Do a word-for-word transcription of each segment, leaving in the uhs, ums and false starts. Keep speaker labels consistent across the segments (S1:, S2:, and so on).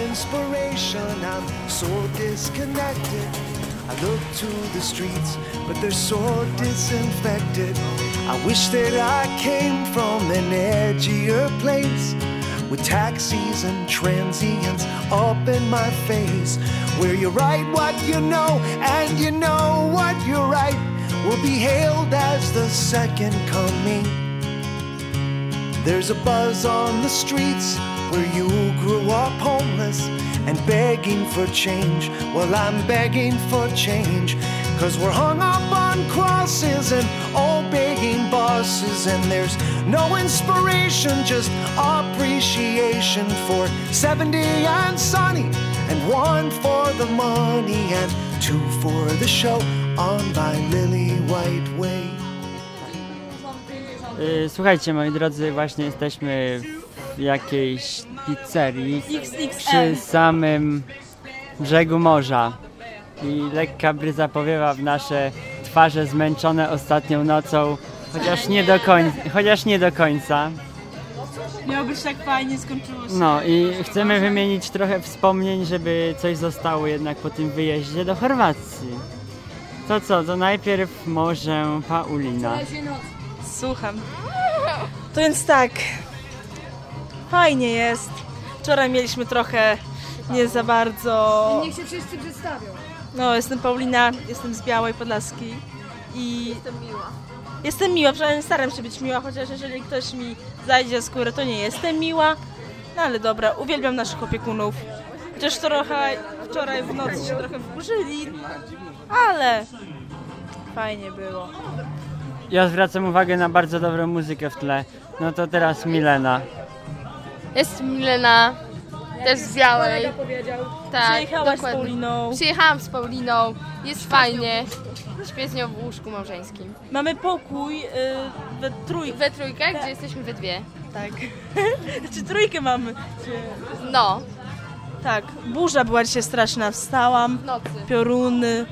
S1: inspiration, I'm so disconnected. I look to the streets, but they're so disinfected. I wish that I came from an edgier place, with taxis and transients up in my face, where you write what you know and you know what you write will be hailed as the second coming. There's a buzz on the streets where you grew up homeless and begging for change. Well, I'm begging for change, 'cause we're hung up on crosses and obeying bosses, and there's no inspiration, just appreciation for seventy and sunny, and one for the money and two for the show on my lily white way.
S2: Słuchajcie, moi drodzy, właśnie jesteśmy w jakiejś pizzerii przy samym brzegu morza i lekka bryza powiewa w nasze twarze zmęczone ostatnią nocą, chociaż nie do końca, chociaż nie do końca.
S3: Miało być tak fajnie, skończyło się.
S2: No i chcemy wymienić trochę wspomnień, żeby coś zostało jednak po tym wyjeździe do Chorwacji. To co, to najpierw może Paulina.
S3: Słucham. To więc tak, fajnie jest. Wczoraj mieliśmy trochę nie za bardzo...
S4: Niech się wszyscy przedstawią.
S3: No, jestem Paulina, jestem z Białej Podlaskiej i...
S4: Jestem miła.
S3: Jestem miła, przynajmniej staram się być miła, chociaż jeżeli ktoś mi zajdzie skórę, to nie jestem miła. No ale dobra, uwielbiam naszych opiekunów. Chociaż trochę wczoraj w nocy się trochę wkurzyli, ale fajnie było.
S2: Ja zwracam uwagę na bardzo dobrą muzykę w tle. No to teraz Milena.
S4: Jestem Milena, też z Białej. Tak,
S3: Przyjechałaś
S4: dokładnie.
S3: z Pauliną.
S4: Przyjechałam z Pauliną, jest fajnie. Śpię z nią w łóżku małżeńskim.
S3: Mamy pokój y, we trójkę.
S4: We trójkę, gdzie jesteśmy we dwie.
S3: Tak. Znaczy trójkę mamy.
S4: No,
S3: Tak, burza była dzisiaj straszna, wstałam,
S4: w nocy.
S3: pioruny.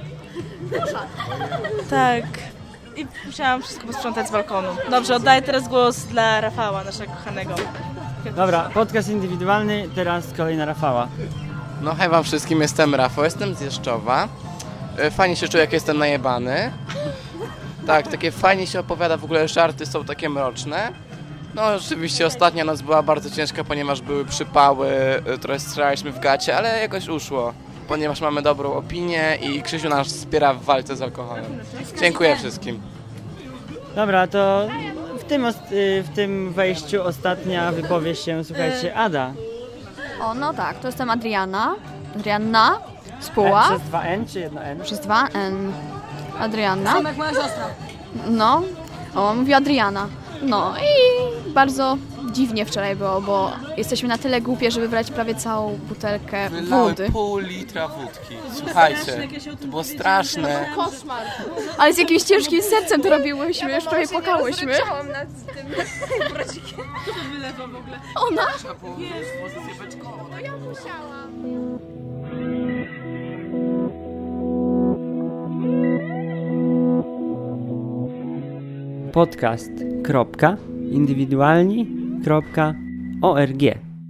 S3: Tak. I musiałam wszystko posprzątać z balkonu. Dobrze, oddaję teraz głos dla Rafała, naszego kochanego.
S2: Dobra, podcast indywidualny, teraz kolej na Rafała.
S5: No hej wam wszystkim, jestem Rafał, jestem z Jeszczowa. E, Fajnie się czuję, jak jestem najebany. Tak, takie fajnie się opowiada, w ogóle żarty są takie mroczne. No rzeczywiście ostatnia noc była bardzo ciężka, ponieważ były przypały, e, trochę strzelaliśmy w gacie, ale jakoś uszło. Ponieważ mamy dobrą opinię i Krzysiu nas wspiera w walce z alkoholem. Dziękuję wszystkim.
S2: Dobra, to w tym, ost- y, w tym wejściu ostatnia wypowie się, słuchajcie, Ada.
S6: O, no tak, to jestem Adriana. Adrianna z Puła.
S2: Przez dwa N czy jedno N?
S6: Przez dwa N. Adrianna.
S4: Jak moja siostra.
S6: No. O, mówi Adriana. No i bardzo dziwnie wczoraj było, bo jesteśmy na tyle głupie, żeby wylać prawie całą butelkę wody.
S5: pół litra wódki. Słuchajcie, to było straszne.
S4: Koszmar.
S6: Ale z jakimś ciężkim sercem to robiłyśmy, już prawie płakałyśmy.
S4: nad tym brodzikiem.
S3: Kto to wylewa w ogóle?
S6: Ona?
S4: No ja musiałam.
S2: Podcast kropka indywidualni kropka org.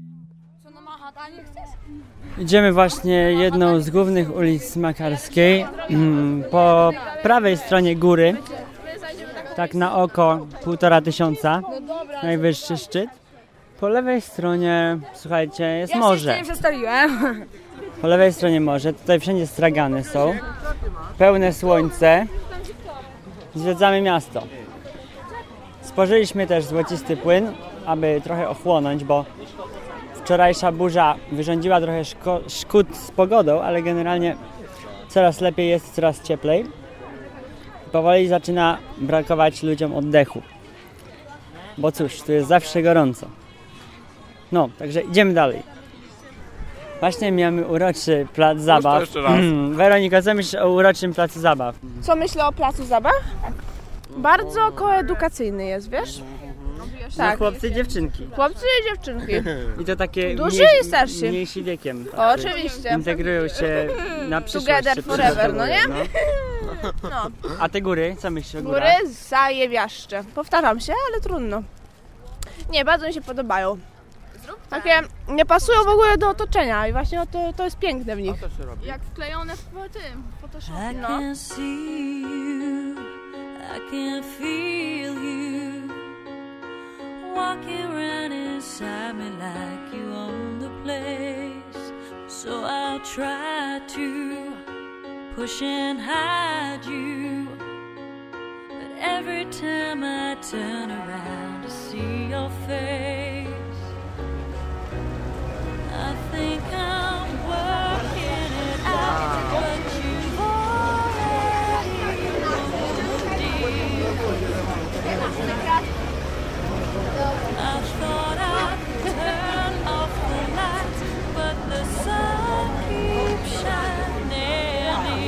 S2: Idziemy właśnie jedną z głównych ulic Makarskiej. Po prawej stronie góry, tak na oko półtora tysiąca, najwyższy szczyt. Po lewej stronie, słuchajcie, jest morze.
S4: Ja się przedstawiłem.
S2: Po lewej stronie morze, tutaj wszędzie stragany są. Pełne słońce. Zwiedzamy miasto. Spożyliśmy też złocisty płyn, aby trochę ochłonąć, bo wczorajsza burza wyrządziła trochę szko- szkód z pogodą, ale generalnie coraz lepiej jest, coraz cieplej. Powoli zaczyna brakować ludziom oddechu. Bo cóż, tu jest zawsze gorąco. No, także idziemy dalej. Właśnie mamy uroczy plac zabaw.
S5: jeszcze raz.
S2: Weronika, co myślisz o uroczym placu zabaw?
S7: Co myślę o placu zabaw? Bardzo koedukacyjny jest, wiesz?
S2: Tak. Chłopcy i dziewczynki.
S7: Chłopcy i dziewczynki.
S2: I to takie
S7: Duży
S2: mniej-
S7: i starszy.
S2: mniejsi wiekiem.
S7: O,
S2: tacy
S7: oczywiście.
S2: Integrują się na przyszłość.
S7: Together
S2: się
S7: forever, no nie?
S2: przygotowują, no.
S7: No.
S2: A te góry? Co myślisz o górach?
S7: Góry zajebiaszcze. Powtarzam się, ale trudno. Nie, bardzo mi się podobają. Takie nie pasują w ogóle do otoczenia i właśnie to, to jest piękne w nich.
S6: Jak wklejone w tym w Photoshopie.
S8: I can see you, I can feel you walking around inside me like you own the place. So I'll try to push and hide you, but every time I turn around to see your face, I think I'm working it out, but you've already moved deep. I thought I'd turn off the lights, but the sun keeps shining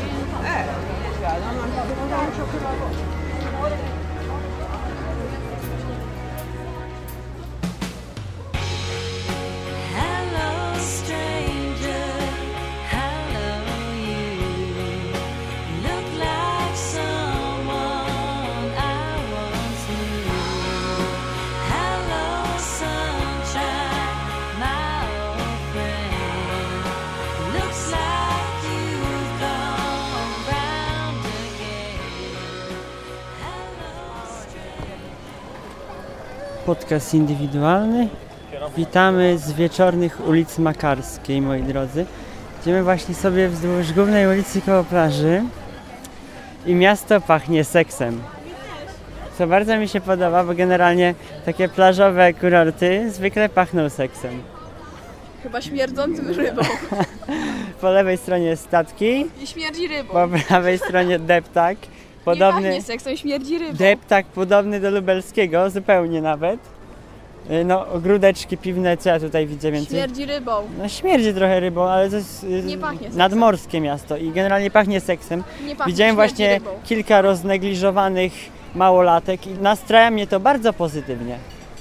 S8: Hello stranger, hello you. Look like someone I once knew. Hello sunshine, my old friend. Looks like you've gone round again. Hello stranger.
S2: Podcast indywidualny. Witamy z wieczornych ulic Makarskiej, moi drodzy. Idziemy właśnie sobie wzdłuż głównej ulicy koło plaży i miasto pachnie seksem. Co bardzo mi się podoba, bo generalnie takie plażowe kurorty zwykle pachną seksem.
S6: Chyba śmierdzącym rybą.
S2: Po lewej stronie jest statki,
S6: I śmierdzi rybą.
S2: po prawej stronie deptak.
S6: Nie
S2: Podobny,
S6: pachnie seksem, śmierdzi rybą.
S2: deptak podobny do lubelskiego, zupełnie nawet. No, ogródeczki piwne, co ja tutaj widzę więcej?
S6: Śmierdzi rybą.
S2: No śmierdzi trochę rybą, ale to jest y,
S6: Nie pachnie seksem.
S2: nadmorskie miasto i generalnie pachnie seksem.
S6: Nie pachnie,
S2: Widziałem
S6: śmierdzi
S2: właśnie
S6: rybą.
S2: kilka roznegliżowanych małolatek i nastraja mnie to bardzo pozytywnie.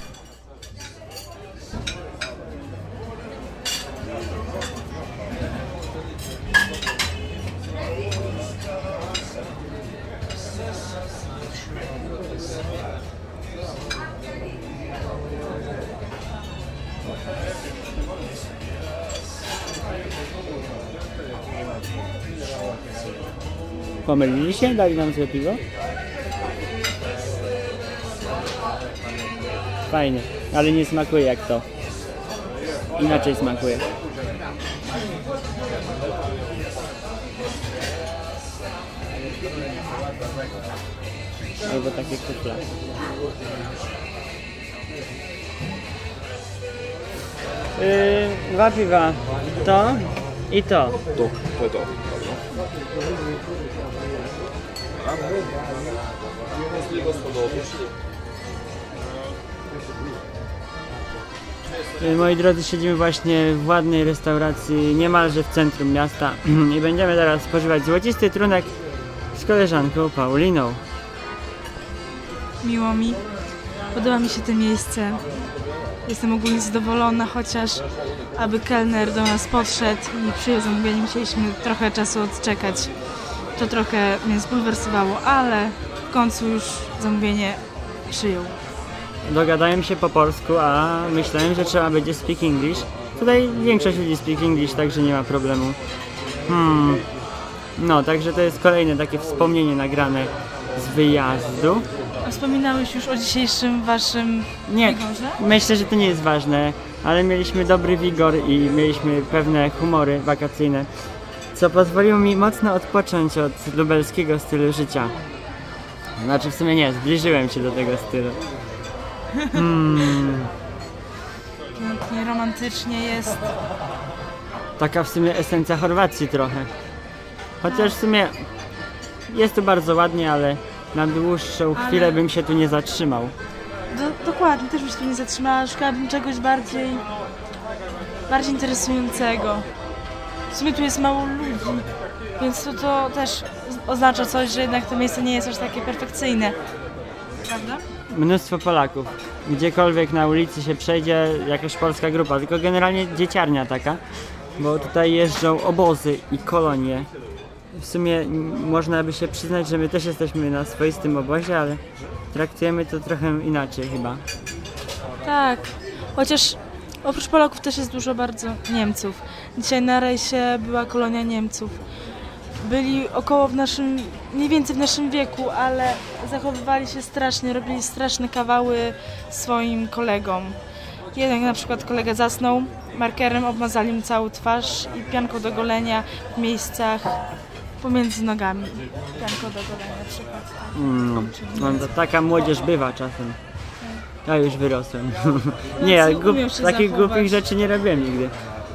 S2: Pomylili się? Dali nam złe piwo? Fajnie, ale nie smakuje jak to. Inaczej smakuje. Albo takie kufle. Yy, dwa piwa. To i to.
S9: To, to, to.
S2: Moi drodzy, siedzimy właśnie w ładnej restauracji niemalże w centrum miasta i będziemy teraz spożywać złocisty trunek z koleżanką Pauliną.
S3: Miło mi. Podoba mi się to miejsce. Jestem ogólnie zadowolona, chociaż aby kelner do nas podszedł i przyjął zamówienie, musieliśmy trochę czasu odczekać. To trochę mnie zbulwersowało, ale w końcu już zamówienie przyjął.
S2: Dogadałem się po polsku, a myślałem, że trzeba będzie speak English. Tutaj większość ludzi speak English, także nie ma problemu. Hmm. No, także to jest kolejne takie wspomnienie nagrane z wyjazdu.
S3: A wspominałeś już o dzisiejszym waszym
S2: Nie,
S3: wigorze?
S2: myślę, że to nie jest ważne, ale mieliśmy dobry wigor i mieliśmy pewne humory wakacyjne, co pozwoliło mi mocno odpocząć od lubelskiego stylu życia. Znaczy w sumie nie, zbliżyłem się do tego stylu. Hmm.
S3: Pięknie, romantycznie jest.
S2: Taka w sumie esencja Chorwacji trochę. Chociaż w sumie jest tu bardzo ładnie, ale na dłuższą
S3: Ale-
S2: chwilę bym się tu nie zatrzymał.
S3: Do, dokładnie, też bym się tu nie zatrzymała, szukałabym czegoś bardziej, bardziej interesującego. W sumie tu jest mało ludzi, więc to, to też oznacza coś, że jednak to miejsce nie jest aż takie perfekcyjne. Prawda?
S2: Mnóstwo Polaków. Gdziekolwiek na ulicy się przejdzie, jakaś polska grupa, tylko generalnie dzieciarnia taka, bo tutaj jeżdżą obozy i kolonie. W sumie m, można by się przyznać, że my też jesteśmy na swoistym obozie, ale traktujemy to trochę inaczej chyba.
S3: Tak, chociaż Oprócz Polaków też jest dużo bardzo Niemców. Dzisiaj na rejsie była kolonia Niemców. Byli około w naszym, mniej więcej w naszym wieku, ale zachowywali się strasznie, robili straszne kawały swoim kolegom. Jeden na przykład kolega zasnął, markerem obmazali mu całą twarz i pianką do golenia w miejscach pomiędzy nogami. Pianką do golenia na przykład. Tak.
S2: Mm, no, to taka młodzież bywa czasem. Ja już wyrosłem. Nie, ja
S3: Niemcy
S2: głup,
S3: umią się
S2: takich
S3: zachować.
S2: głupich rzeczy nie robiłem nigdy.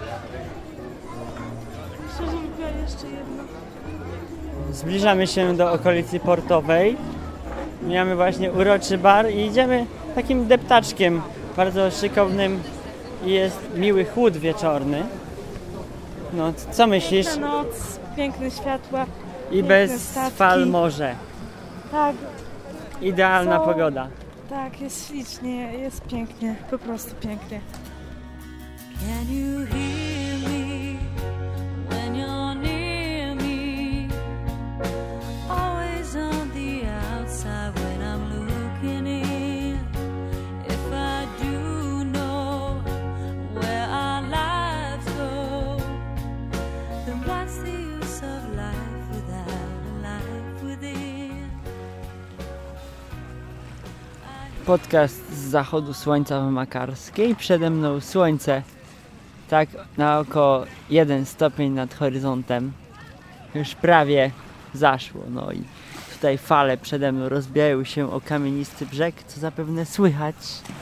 S3: Szczerze lubię jeszcze jedno.
S2: Zbliżamy się do okolicy portowej. Mamy właśnie uroczy bar i idziemy takim deptaczkiem bardzo szykownym i jest miły chłód wieczorny. No, co myślisz?
S3: Piękna noc, piękne światła.
S2: I
S3: piękne
S2: bez
S3: statki.
S2: fal morze.
S3: Tak,
S2: Idealna
S3: Są-
S2: pogoda.
S3: tak, jest ślicznie, jest pięknie, po prostu pięknie.
S8: Can you hear me when you're near me? Always on the outside when I'm looking in. If I do know where our lives go, then what's the use of life without a life within?
S2: Podcast z zachodu słońca w Makarskiej. Przede mną słońce tak na około jeden stopień nad horyzontem. Już prawie zaszło. No i tutaj fale przede mną rozbijają się o kamienisty brzeg, co zapewne słychać.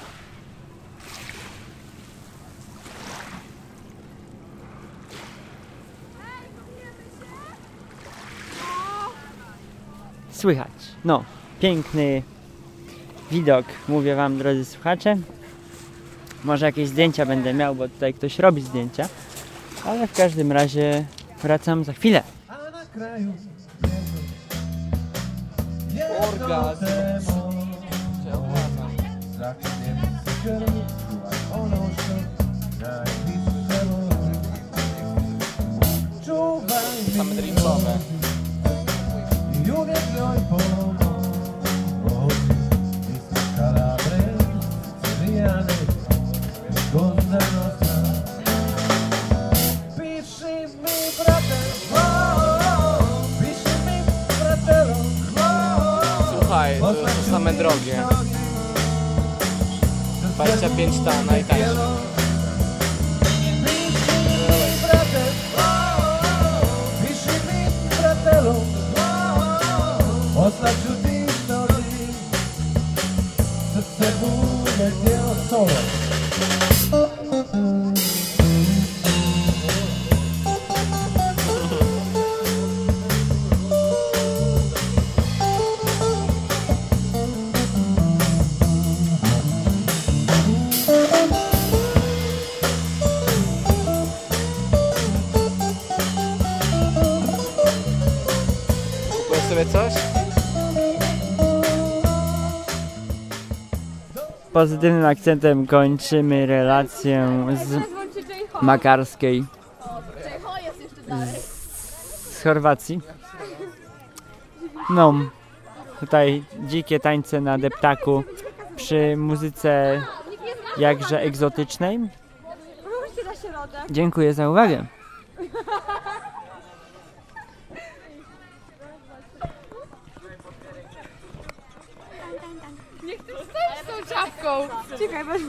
S2: Słychać. No, piękny widok, mówię wam, drodzy słuchacze. Może jakieś zdjęcia będę miał, bo tutaj ktoś robi zdjęcia. Ale w każdym razie wracam za chwilę.
S5: Orgazm. Same drinkowe. Słuchaj, to, to same drogie. dwadzieścia pięć ta najtańsza. Kupujesz sobie coś?
S2: Pozytywnym akcentem kończymy relację z Makarskiej, z, z Chorwacji. No, tutaj dzikie tańce na deptaku przy muzyce jakże egzotycznej. Dziękuję za uwagę.
S4: Z tą czapką.
S7: Czekaj, weź.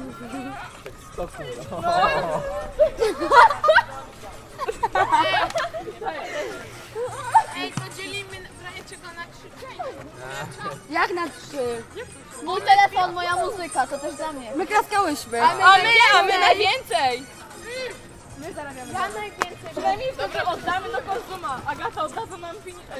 S4: Ej, podzielimy w razie czego na krzyczenie.
S6: Jak na trzy? Mój telefon, moja muzyka, to też dla mnie.
S7: My klaskałyśmy.
S4: A my, a my najwięcej.
S6: Ja najwięcej.
S4: Przynajmniej wtedy oddamy do konsuma. Agata odda nam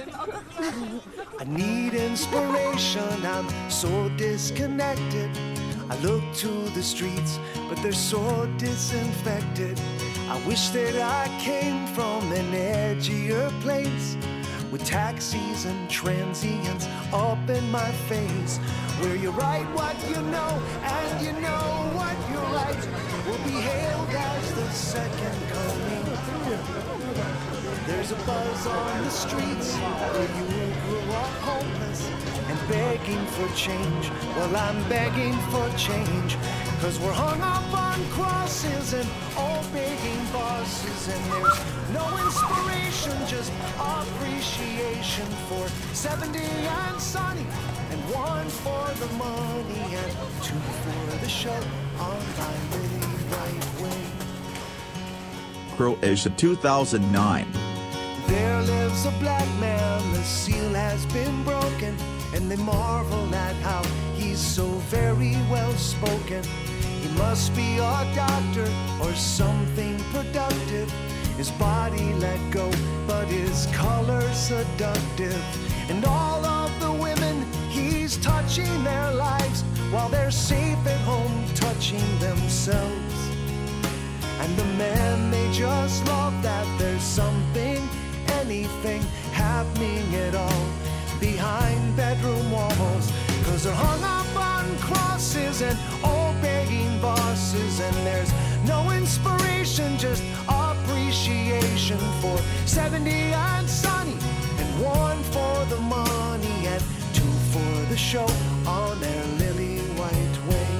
S1: I need inspiration, I'm so disconnected. I look to the streets, but they're so disinfected. I wish that I came from an edgier place, with taxis and transients up in my face, where you write what you know and you know what you write will be hailed as the second coming. There's a buzz on the streets where you grew up homeless and begging for change. Well, I'm begging for change, Cause we're hung up on crosses and all begging bosses, and there's no inspiration, just appreciation for seventy and sunny, and one for the money, and two for the show on my really right way.
S9: Croatia two thousand nine.
S1: There lives a black man, the seal has been broken, and they marvel at how he's so very well spoken. He must be a doctor or something productive. His body let go, but his color seductive. And all of the women he's touching their lives, while they're safe at home touching themselves. And the men, they just love that there's something, anything happening at all behind bedroom walls. Cause they're hung up on crosses and all begging bosses, and there's no inspiration, just appreciation for seventy and sunny, and one for the money, and two for the show on their lily white way.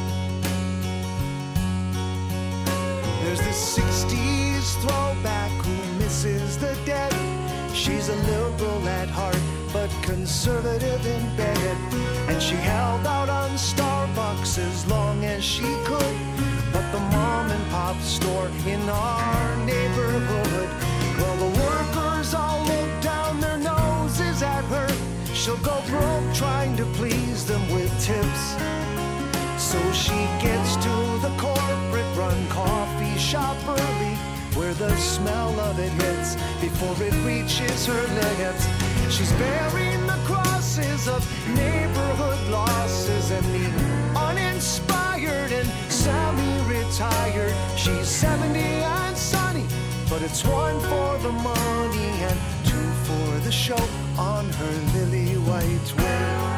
S1: There's the sixties throwback who misses the dead. She's a liberal at heart, but conservative in bed. And she held out on Starbucks as long as she could. But the mom and pop store in our neighborhood, well, the workers all look down their noses at her. She'll go broke trying to please them with tips. So she gets to the corporate-run coffee shop early, where the smell of it hits before it reaches her lips. She's bearing the crosses of neighborhood losses and the uninspired and semi-retired. She's seventy and sunny, but it's one for the money and two for the show on her lily white way.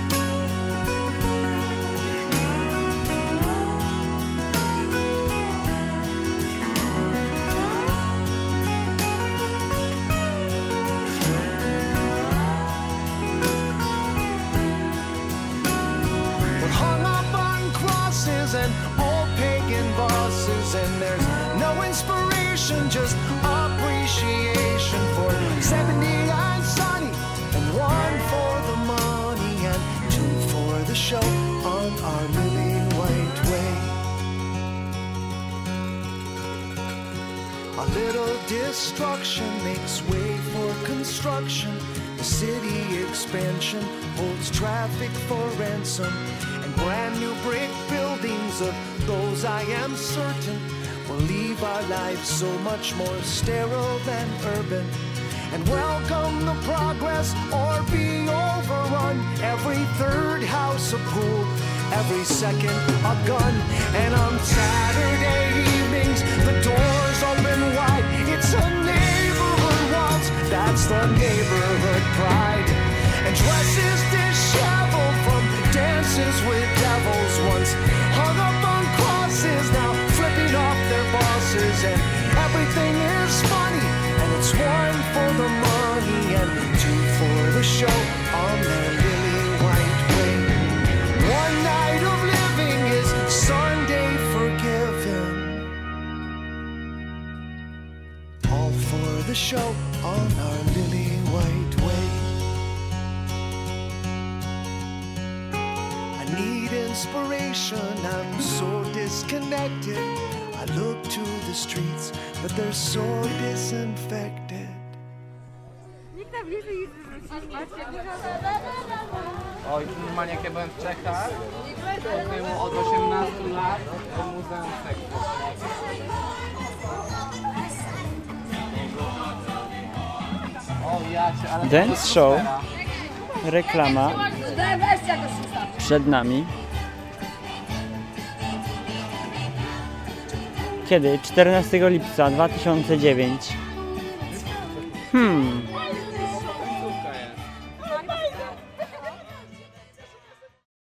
S1: And all pagan bosses, and there's no inspiration, just appreciation for seventy and sunny, and one for the money, and two for the show on our lily white way. A little destruction makes way for construction. The city expansion holds traffic for ransom, and brand new brick buildings of those I am certain will leave our lives so much more sterile than urban, and welcome the progress or be overrun. Every third house a pool, every second a gun, and on Saturday evenings the doors open wide. It's a neighborhood waltz, that's the neighborhood pride, and dresses disheveled from dances with devils, once hung up on crosses, now flipping off their bosses. And everything is funny, and it's one for the money and two for the show on their lily white way. One night of living is Sunday forgiven, all for the show on our lily white way. Need inspiration, I'm so disconnected. I look to the streets, but they're so disinfected.
S5: Oj, normalnie jak ja byłem w Czechach, to mu od osiemnastu lat do Muzeum Seksu. O, ja cię, ale
S2: Dance show, reklama przed nami. Kiedy? czternastego lipca dwa tysiące dziewiątego. Hmm.